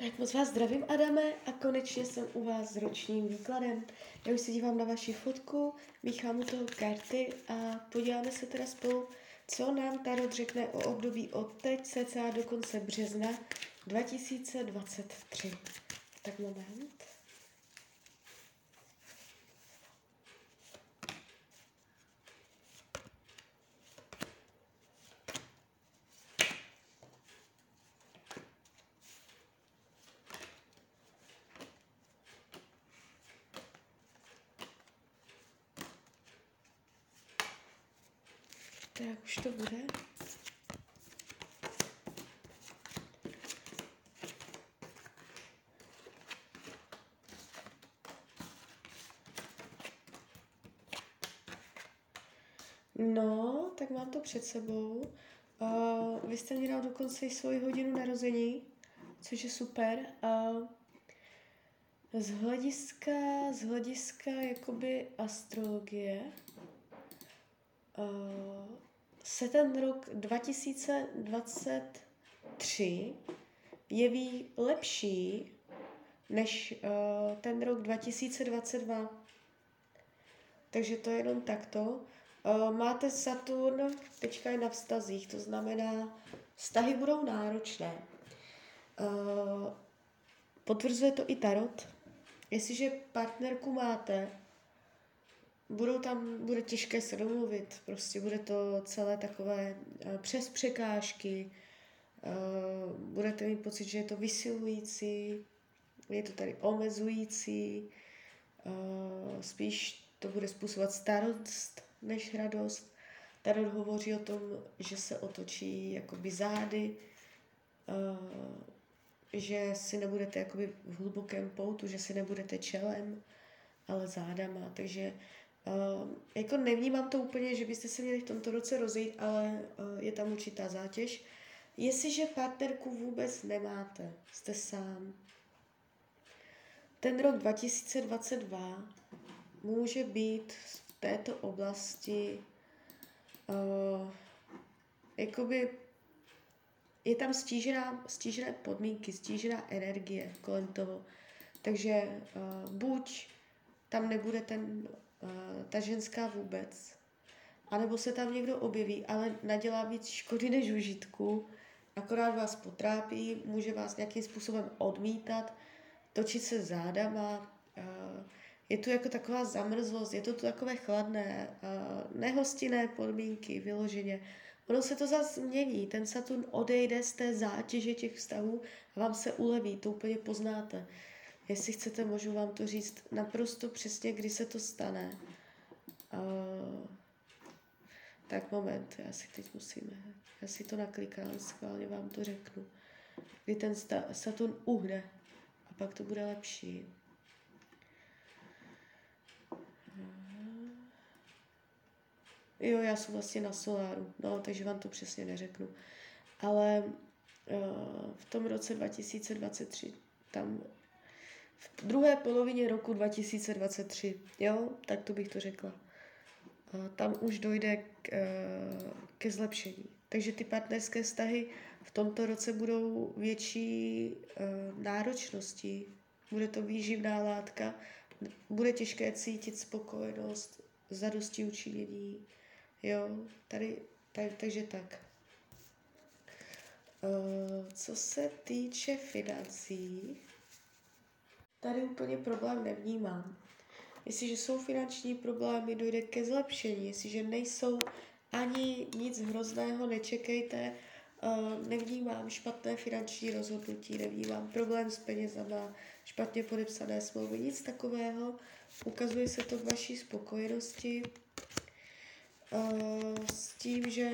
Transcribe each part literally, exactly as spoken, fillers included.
Tak moc vás zdravím, Adame, a konečně jsem u vás s ročním výkladem. Já už se dívám na vaši fotku, míchám u toho karty a podíváme se teda spolu, co nám tarot řekne o období od teď cca do konce března dva tisíce dvacet tři. Tak moment. Tak už to bude. No, tak mám to před sebou. Uh, vy jste mi dal dokonce i svoji hodinu narození, což je super. Uh, z hlediska, z hlediska jakoby astrologie uh, se ten rok dva tisíce dvacet tři jeví lepší než uh, ten rok dva tisíce dvacet dva. Takže to je jenom takto. Uh, máte Saturn, teďka je na vztazích, to znamená, vztahy budou náročné. Uh, potvrzuje to i tarot. Jestliže partnerku máte, budou tam, bude těžké se domluvit, prostě bude to celé takové uh, přes překážky, uh, budete mít pocit, že je to vysilující, je to tady omezující, uh, spíš to bude způsobovat starost než radost. Tarot hovoří o tom, že se otočí jakoby zády, uh, že si nebudete jakoby v hlubokém poutu, že si nebudete čelem, ale zádama. Takže uh, jako nevnímám to úplně, že byste se měli v tomto roce rozejít, ale uh, je tam určitá zátěž. Jestliže partnerku vůbec nemáte, jste sám. Ten rok dva tisíce dvacet dva může být v této oblasti uh, jakoby je tam stížená, stížené podmínky, stížená energie kolem toho. Takže uh, buď tam nebude ten, uh, ta ženská vůbec, anebo se tam někdo objeví, ale nadělá víc škody než užitku, akorát vás potrápí, může vás nějakým způsobem odmítat, točit se zádama, uh, je tu jako taková zamrzlost, je to tu takové chladné, uh, nehostinné podmínky vyloženě. Ono se to zase změní, ten Saturn odejde z té zátěže těch vztahů a vám se uleví, to úplně poznáte. Jestli chcete, můžu vám to říct naprosto přesně, kdy se to stane. Uh, tak moment, já si teď musíme, já si to naklikám, schválně vám to řeknu. Kdy ten Saturn uhne a pak to bude lepší. Jo, já jsem vlastně na soláru, no, takže vám to přesně neřeknu. Ale uh, v tom roce dva tisíce dvacet tři, tam v druhé polovině roku dva tisíce dvacet tři, jo, tak to bych to řekla. Uh, tam už dojde k, uh, ke zlepšení. Takže ty partnerské vztahy v tomto roce budou větší uh, náročností. Bude to výživná látka, bude těžké cítit spokojenost, zadosti učinění. Jo, tady, tady, takže tak. Uh, co se týče financí, tady úplně problém nevnímám. Jestliže jsou finanční problémy, dojde ke zlepšení. Jestliže nejsou ani nic hrozného, nečekejte. Uh, nevnímám špatné finanční rozhodnutí, nevnímám problém s penězama, špatně podepsané smlouvy, nic takového. Ukazuje se to k vaší spokojenosti. Uh, s tím, že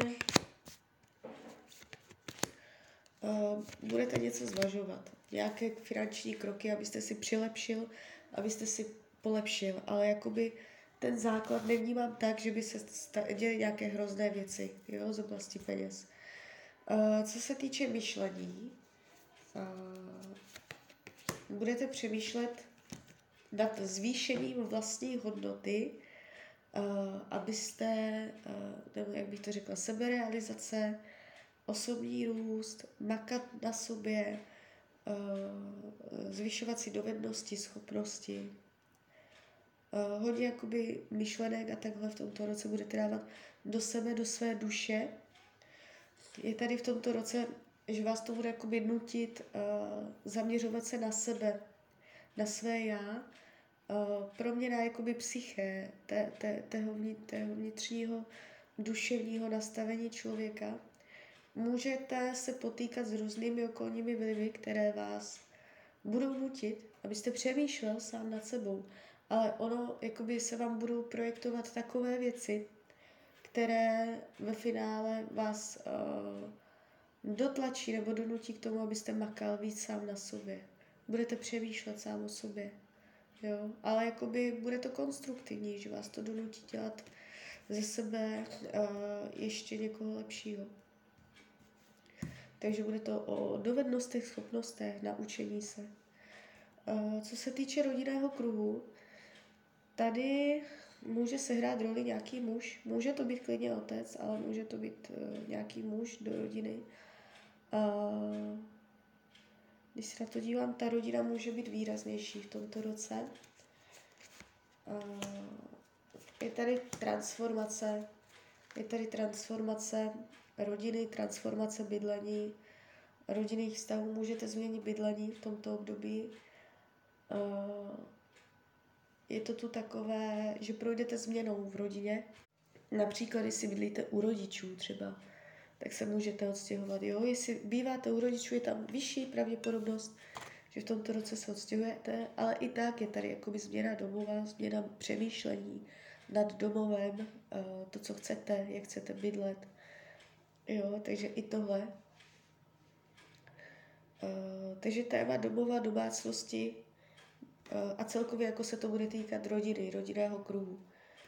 uh, budete něco zvažovat. Nějaké finanční kroky, abyste si přilepšil, abyste si polepšil. Ale jakoby ten základ nevnímám tak, že by se děly nějaké hrozné věci, jo, z oblasti peněz. Uh, co se týče myšlení, uh, budete přemýšlet nad zvýšením vlastní hodnoty, Uh, abyste, uh, nebo jak bych to řekla, seberealizace, osobní růst, makat na sobě, uh, zvyšovat si dovednosti, schopnosti. Uh, hodně jakoby myšlenek a takhle v tomto roce budete dávat do sebe, do své duše. Je tady v tomto roce, že vás to bude jakoby nutit uh, zaměřovat se na sebe, na své já, uh, proměna jakoby psyché, té, té, tého, vnitř, tého vnitřního duševního nastavení člověka. Můžete se potýkat s různými okolními vlivy, které vás budou nutit, abyste přemýšlel sám nad sebou, ale ono jakoby se vám budou projektovat takové věci, které ve finále vás uh, dotlačí nebo donutí k tomu, abyste makal víc sám na sobě. Budete přemýšlet sám o sobě, jo? Ale jakoby bude to konstruktivní, že vás to donutí dělat ze sebe uh, ještě někoho lepšího. Takže bude to o dovednostech, schopnostech, naučení se. Uh, co se týče rodinného kruhu, tady může sehrát roli nějaký muž. Může to být klidně otec, ale může to být uh, nějaký muž do rodiny. Uh, když se na to dívám, ta rodina může být výraznější v tomto roce. Uh, je tady transformace, je tady transformace rodiny, transformace bydlení, rodinných vztahů. Můžete změnit bydlení v tomto období. Uh, je to tu takové, že projdete změnou v rodině. Například, jestli bydlíte u rodičů třeba, tak se můžete odstěhovat. Jo? Jestli býváte u rodičů, je tam vyšší pravděpodobnost, že v tomto roce se odstěhujete, ale i tak je tady jakoby změna domova, změna přemýšlení nad domovem, to, co chcete, jak chcete bydlet. Jo, takže i tohle. Takže téma domova, domácnosti a celkově jako se to bude týkat rodiny, rodinného kruhu.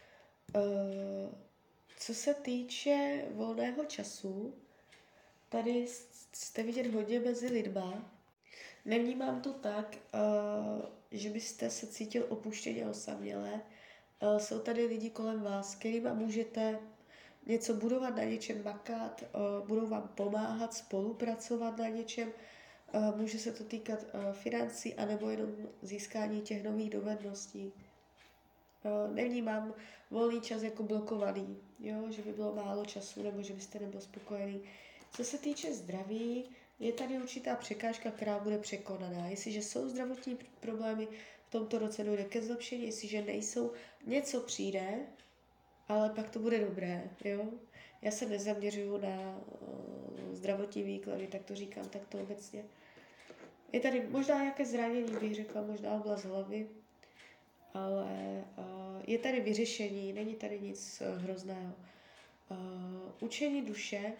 Co se týče volného času, tady jste vidět hodně mezi lidma. Nevnímám to tak, že byste se cítil opuštěně osamělé. Jsou tady lidi kolem vás, kterými můžete něco budovat, na něčem makat, budou vám pomáhat, spolupracovat na něčem. Může se to týkat financí anebo jenom získání těch nových dovedností. Nevnímám volný čas jako blokovaný, jo? Že by bylo málo času nebo že byste nebyl spokojený. Co se týče zdraví, je tady určitá překážka, která bude překonaná. Jestliže jsou zdravotní problémy, v tomto roce dojde ke zlepšení, jestliže nejsou, něco přijde, ale pak to bude dobré. Jo? Já se nezaměřuju na uh, zdravotní výklady, tak to říkám takto obecně. Je tady možná nějaké zranění, bych řekla, možná oblast hlavy, ale uh, je tady vyřešení, není tady nic uh, hrozného. Uh, učení duše,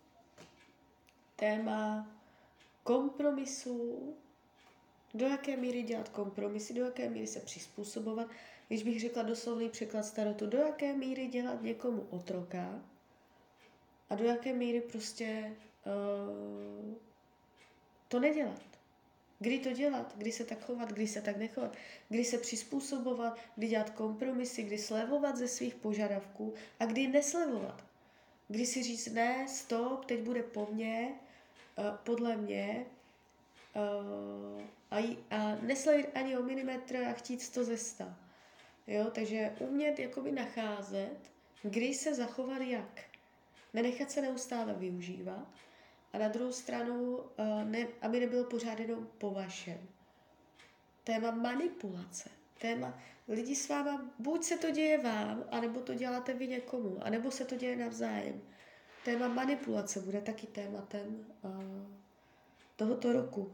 téma kompromisů, do jaké míry dělat kompromisy, do jaké míry se přizpůsobovat. Když bych řekla doslovný překlad z tarotu, do jaké míry dělat někomu otroka a do jaké míry prostě uh, to nedělat. Kdy to dělat, kdy se tak chovat, kdy se tak nechovat, kdy se přizpůsobovat, kdy dělat kompromisy, kdy slevovat ze svých požadavků a kdy neslevovat. Kdy si říct ne, stop, teď bude po mně, uh, podle mě uh, a, j- a neslevit ani o milimetr a chtít sto ze sta. Jo, takže umět jakoby nacházet, kdy se zachovat jak. Nenechat se neustále využívat a na druhou stranu, uh, ne, aby nebylo pořád jenom po vašem. Téma manipulace. Téma, lidi s váma, buď se to děje vám, anebo to děláte vy někomu, anebo se to děje navzájem. Téma manipulace bude taky tématem uh, tohoto roku.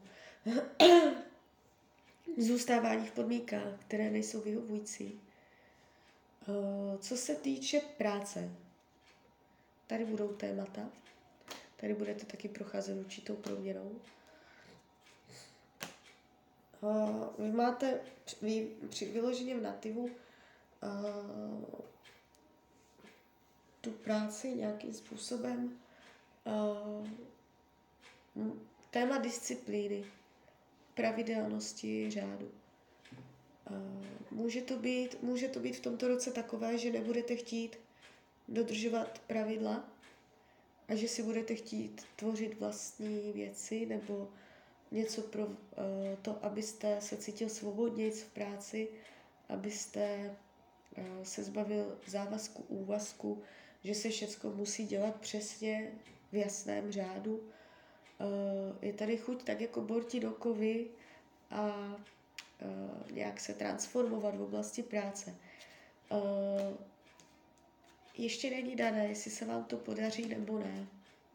Zůstávání v podmínkách, které nejsou vyhovující. Uh, co se týče práce, tady budou témata. Tady budete taky procházet určitou proměnou. Uh, vy máte vy, při vyloženě v nativu uh, tu práci nějakým způsobem. Uh, téma disciplíny, pravidelnosti, řádu. Uh, může to být, může to být v tomto roce takové, že nebudete chtít dodržovat pravidla a že si budete chtít tvořit vlastní věci nebo něco pro uh, to, abyste se cítil svobodnějc v práci, abyste uh, se zbavil závazku, úvazku, že se všechno musí dělat přesně v jasném řádu. Uh, je tady chuť tak jako borti do kovy a uh, nějak se transformovat v oblasti práce. Uh, ještě není dané, jestli se vám to podaří nebo ne.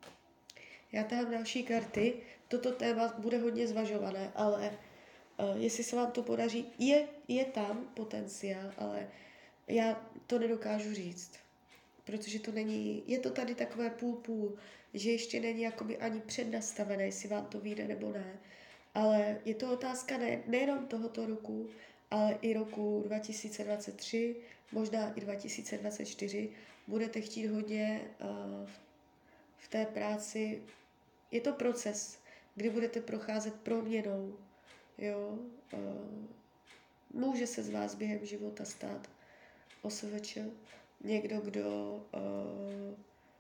Já tahám další karty, toto téma bude hodně zvažované, ale uh, jestli se vám to podaří, je, je tam potenciál, ale já to nedokážu říct, protože to není, je to tady takové půl-půl, že ještě není jakoby ani přednastavené, jestli vám to vyjde nebo ne, ale je to otázka ne, nejenom tohoto roku, ale i roku dva tisíce dvacet tři, možná i dva tisíce dvacet čtyři, budete chtít hodně uh, v té práci. Je to proces, kdy budete procházet proměnou. Jo? Uh, může se z vás během života stát O S V Č někdo, kdo uh,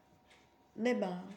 nemá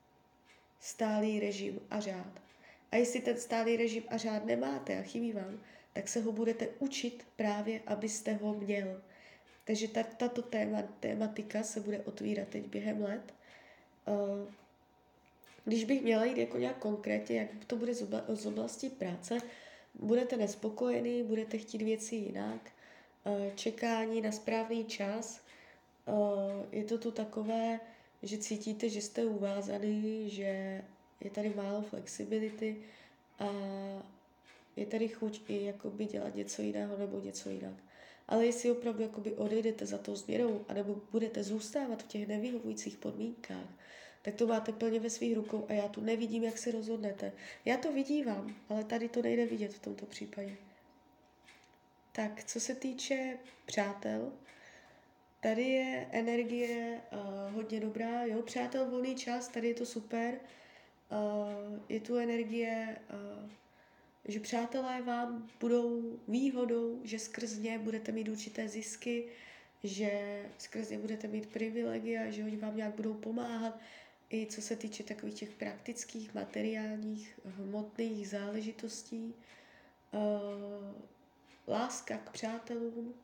stálý režim a řád. A jestli ten stálý režim a řád nemáte a chybí vám, tak se ho budete učit právě, abyste ho měl. Takže tato téma, tématika se bude otvírat teď během let. Uh, Když bych měla jít jako nějak konkrétně, jak to bude z oblasti práce, budete nespokojený, budete chtít věci jinak, čekání na správný čas, je to tu takové, že cítíte, že jste uvázaný, že je tady málo flexibility a je tady chuť i jakoby dělat něco jiného nebo něco jinak. Ale jestli opravdu jakoby odejdete za tou změnou anebo budete zůstávat v těch nevyhovujících podmínkách, tak to máte plně ve svých rukou a já tu nevidím, jak se rozhodnete. Já to vidívám, ale tady to nejde vidět v tomto případě. Tak, co se týče přátel, tady je energie uh, hodně dobrá, jo, přátel, volný čas, tady je to super, uh, je tu energie, uh, že přátelé vám budou výhodou, že skrz ně budete mít určité zisky, že skrz ně budete mít privilegia, že oni vám nějak budou pomáhat, i co se týče takových těch praktických, materiálních, hmotných záležitostí. Uh, láska k přátelům. Uh,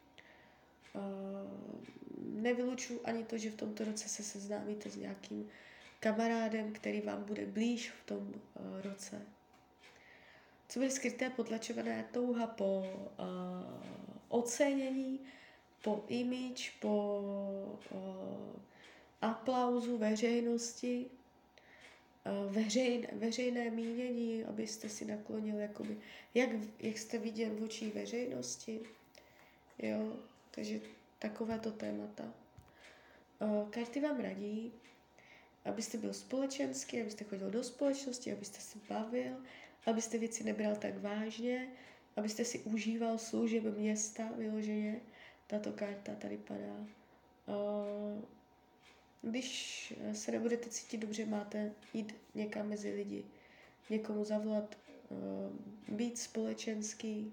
nevylučuji ani to, že v tomto roce se seznámíte s nějakým kamarádem, který vám bude blíž v tom uh, roce. Co bude skryté, potlačované touha po uh, ocenění, po image, po uh, aplauzu veřejnosti, uh, veřejn, veřejné mínění, abyste si naklonil, jakoby, jak, jak jste viděl v očích veřejnosti. Jo, takže takovéto témata. Uh, karty vám radí, abyste byl společenský, abyste chodil do společnosti, abyste se bavil, abyste věci nebral tak vážně, abyste si užíval služeb města vyloženě. Tato karta tady padá. Uh, když se nebudete cítit dobře, máte jít někam mezi lidi, někomu zavolat, uh, být společenský.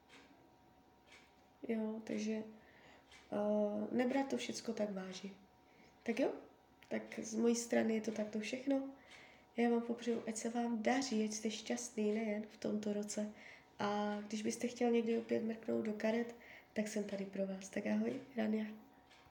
Jo, takže uh, nebrat to všecko tak vážně. Tak jo, tak z mojí strany je to takto všechno. Já vám popřeju, ať se vám daří, ať jste šťastný nejen v tomto roce. A když byste chtěl někdy opět mrknout do karet, tak jsem tady pro vás. Tak ahoj, Rania.